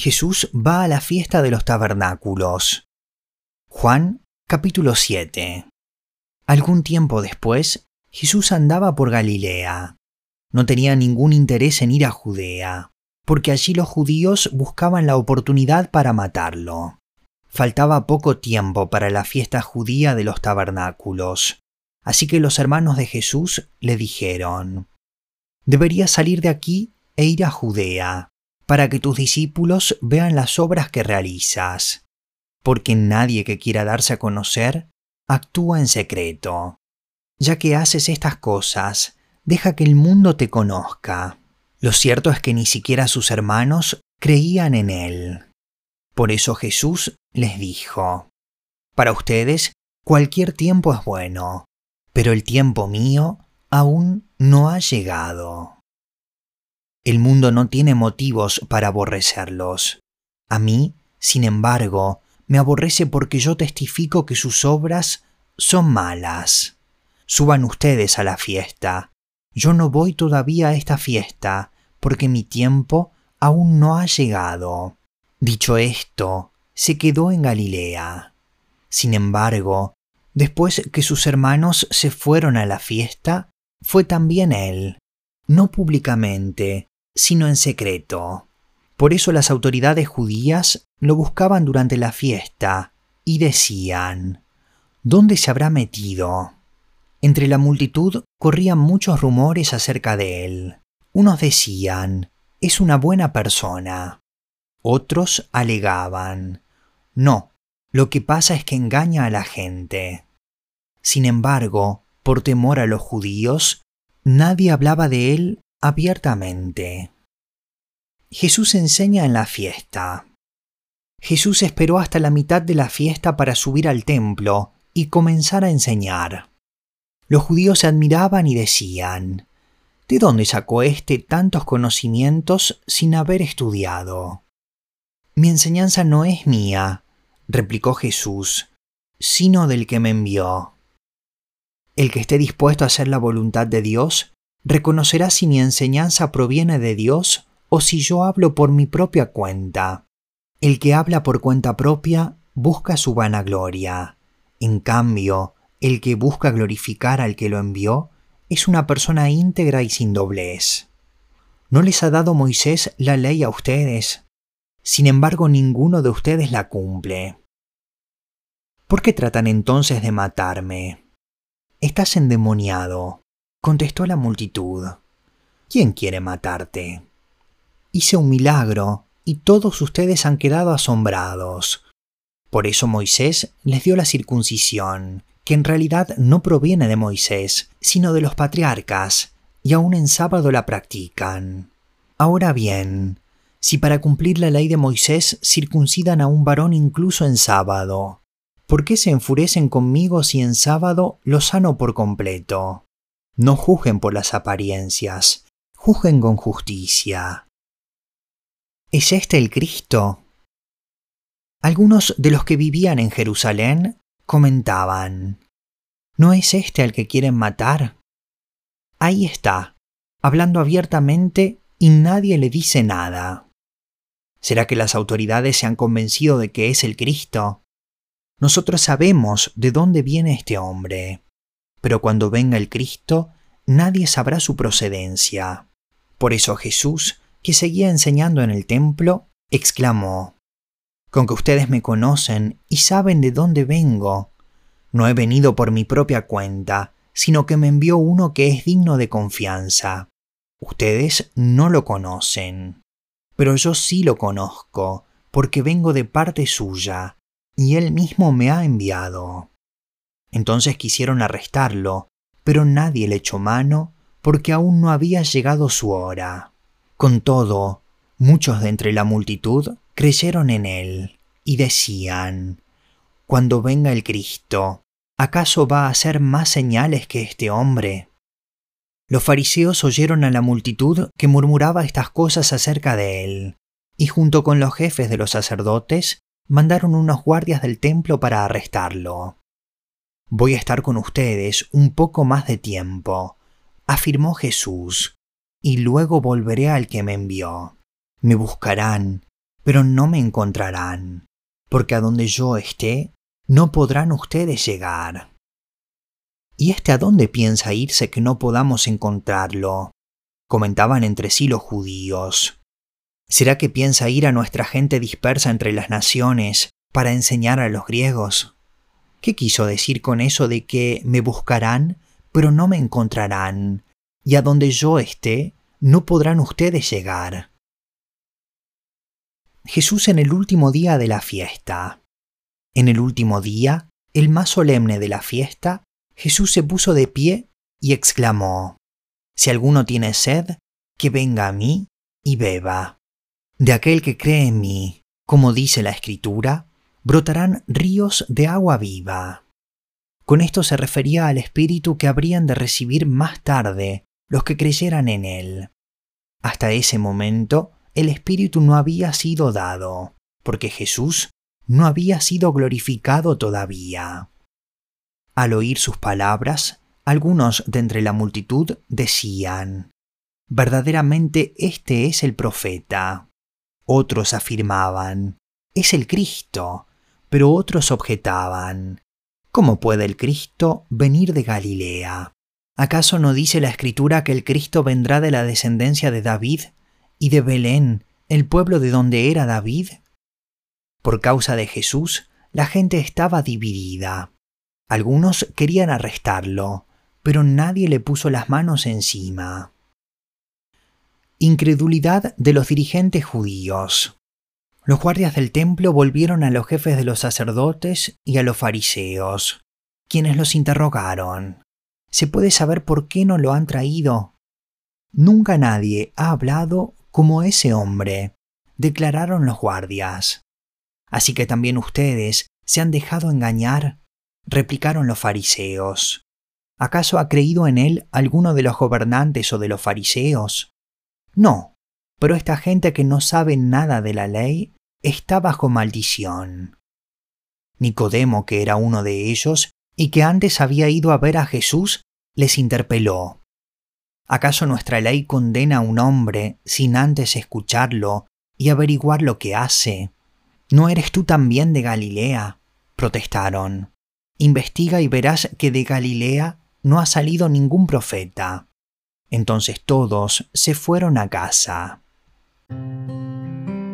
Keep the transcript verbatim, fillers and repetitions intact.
Jesús va a la fiesta de los tabernáculos. Juan capítulo siete. Algún tiempo después, Jesús andaba por Galilea. No tenía ningún interés en ir a Judea, porque allí los judíos buscaban la oportunidad para matarlo. Faltaba poco tiempo para la fiesta judía de los tabernáculos, así que los hermanos de Jesús le dijeron: «Deberías salir de aquí e ir a Judea, para que tus discípulos vean las obras que realizas, porque nadie que quiera darse a conocer actúa en secreto. Ya que haces estas cosas, deja que el mundo te conozca». Lo cierto es que ni siquiera sus hermanos creían en él. Por eso Jesús les dijo: «Para ustedes cualquier tiempo es bueno, pero el tiempo mío aún no ha llegado». El mundo no tiene motivos para aborrecerlos. A mí, sin embargo, me aborrece porque yo testifico que sus obras son malas. Suban ustedes a la fiesta. Yo no voy todavía a esta fiesta, porque mi tiempo aún no ha llegado». Dicho esto, se quedó en Galilea. Sin embargo, después que sus hermanos se fueron a la fiesta, fue también él, no públicamente, sino en secreto. Por eso las autoridades judías lo buscaban durante la fiesta y decían: «¿Dónde se habrá metido?». Entre la multitud corrían muchos rumores acerca de él. Unos decían: «Es una buena persona». Otros alegaban: «No, lo que pasa es que engaña a la gente». Sin embargo, por temor a los judíos, nadie hablaba de él abiertamente. Jesús enseña en la fiesta. Jesús esperó hasta la mitad de la fiesta para subir al templo y comenzar a enseñar. Los judíos se admiraban y decían: «¿De dónde sacó éste tantos conocimientos sin haber estudiado?». «Mi enseñanza no es mía», replicó Jesús, «sino del que me envió. El que esté dispuesto a hacer la voluntad de Dios reconocerá si mi enseñanza proviene de Dios o si yo hablo por mi propia cuenta. El que habla por cuenta propia busca su vanagloria. En cambio, el que busca glorificar al que lo envió es una persona íntegra y sin doblez. ¿No les ha dado Moisés la ley a ustedes? Sin embargo, ninguno de ustedes la cumple. ¿Por qué tratan entonces de matarme?». «Estás endemoniado», contestó la multitud. «¿Quién quiere matarte? Hice un milagro y todos ustedes han quedado asombrados. Por eso Moisés les dio la circuncisión, que en realidad no proviene de Moisés, sino de los patriarcas, y aún en sábado la practican. Ahora bien, si para cumplir la ley de Moisés circuncidan a un varón incluso en sábado, ¿por qué se enfurecen conmigo si en sábado lo sano por completo? No juzguen por las apariencias, juzguen con justicia». ¿Es este el Cristo? Algunos de los que vivían en Jerusalén comentaban: «¿No es este al que quieren matar? Ahí está, hablando abiertamente y nadie le dice nada. ¿Será que las autoridades se han convencido de que es el Cristo? Nosotros sabemos de dónde viene este hombre, pero cuando venga el Cristo, nadie sabrá su procedencia». Por eso Jesús, que seguía enseñando en el templo, exclamó: «Con que ustedes me conocen y saben de dónde vengo. No he venido por mi propia cuenta, sino que me envió uno que es digno de confianza. Ustedes no lo conocen, pero yo sí lo conozco, porque vengo de parte suya, y él mismo me ha enviado». Entonces quisieron arrestarlo, pero nadie le echó mano, porque aún no había llegado su hora. Con todo, muchos de entre la multitud creyeron en él, y decían: «Cuando venga el Cristo, ¿acaso va a hacer más señales que este hombre?». Los fariseos oyeron a la multitud que murmuraba estas cosas acerca de él, y junto con los jefes de los sacerdotes mandaron unos guardias del templo para arrestarlo. «Voy a estar con ustedes un poco más de tiempo», afirmó Jesús, «y luego volveré al que me envió. Me buscarán, pero no me encontrarán, porque a donde yo esté, no podrán ustedes llegar. ¿Y este a dónde piensa irse que no podamos encontrarlo?, comentaban entre sí los judíos. ¿Será que piensa ir a nuestra gente dispersa entre las naciones para enseñar a los griegos? ¿Qué quiso decir con eso de que me buscarán, pero no me encontrarán, y a donde yo esté, no podrán ustedes llegar? Jesús en el último día de la fiesta. En el último día, el más solemne de la fiesta, Jesús se puso de pie y exclamó: Si alguno tiene sed, que venga a mí y beba. De aquel que cree en mí, como dice la Escritura, brotarán ríos de agua viva. Con esto se refería al Espíritu que habrían de recibir más tarde los que creyeran en él. Hasta ese momento, el Espíritu no había sido dado, porque Jesús no había sido glorificado todavía. Al oír sus palabras, algunos de entre la multitud decían: verdaderamente este es el profeta. Otros afirmaban: es el Cristo, pero otros objetaban: ¿cómo puede el Cristo venir de Galilea? ¿Acaso no dice la Escritura que el Cristo vendrá de la descendencia de David y de Belén, el pueblo de donde era David? Por causa de Jesús, la gente estaba dividida. Algunos querían arrestarlo, pero nadie le puso las manos encima. Incredulidad de los dirigentes judíos. Los guardias del templo volvieron a los jefes de los sacerdotes y a los fariseos, quienes los interrogaron: ¿se puede saber por qué no lo han traído? Nunca nadie ha hablado como ese hombre, declararon los guardias. Así que también ustedes se han dejado engañar, replicaron los fariseos. ¿Acaso ha creído en él alguno de los gobernantes o de los fariseos? No, pero esta gente que no sabe nada de la ley está bajo maldición. Nicodemo, que era uno de ellos y que antes había ido a ver a Jesús, les interpeló: ¿acaso nuestra ley condena a un hombre sin antes escucharlo y averiguar lo que hace? ¿No eres tú también de Galilea?, protestaron. Investiga y verás que de Galilea no ha salido ningún profeta. Entonces todos se fueron a casa.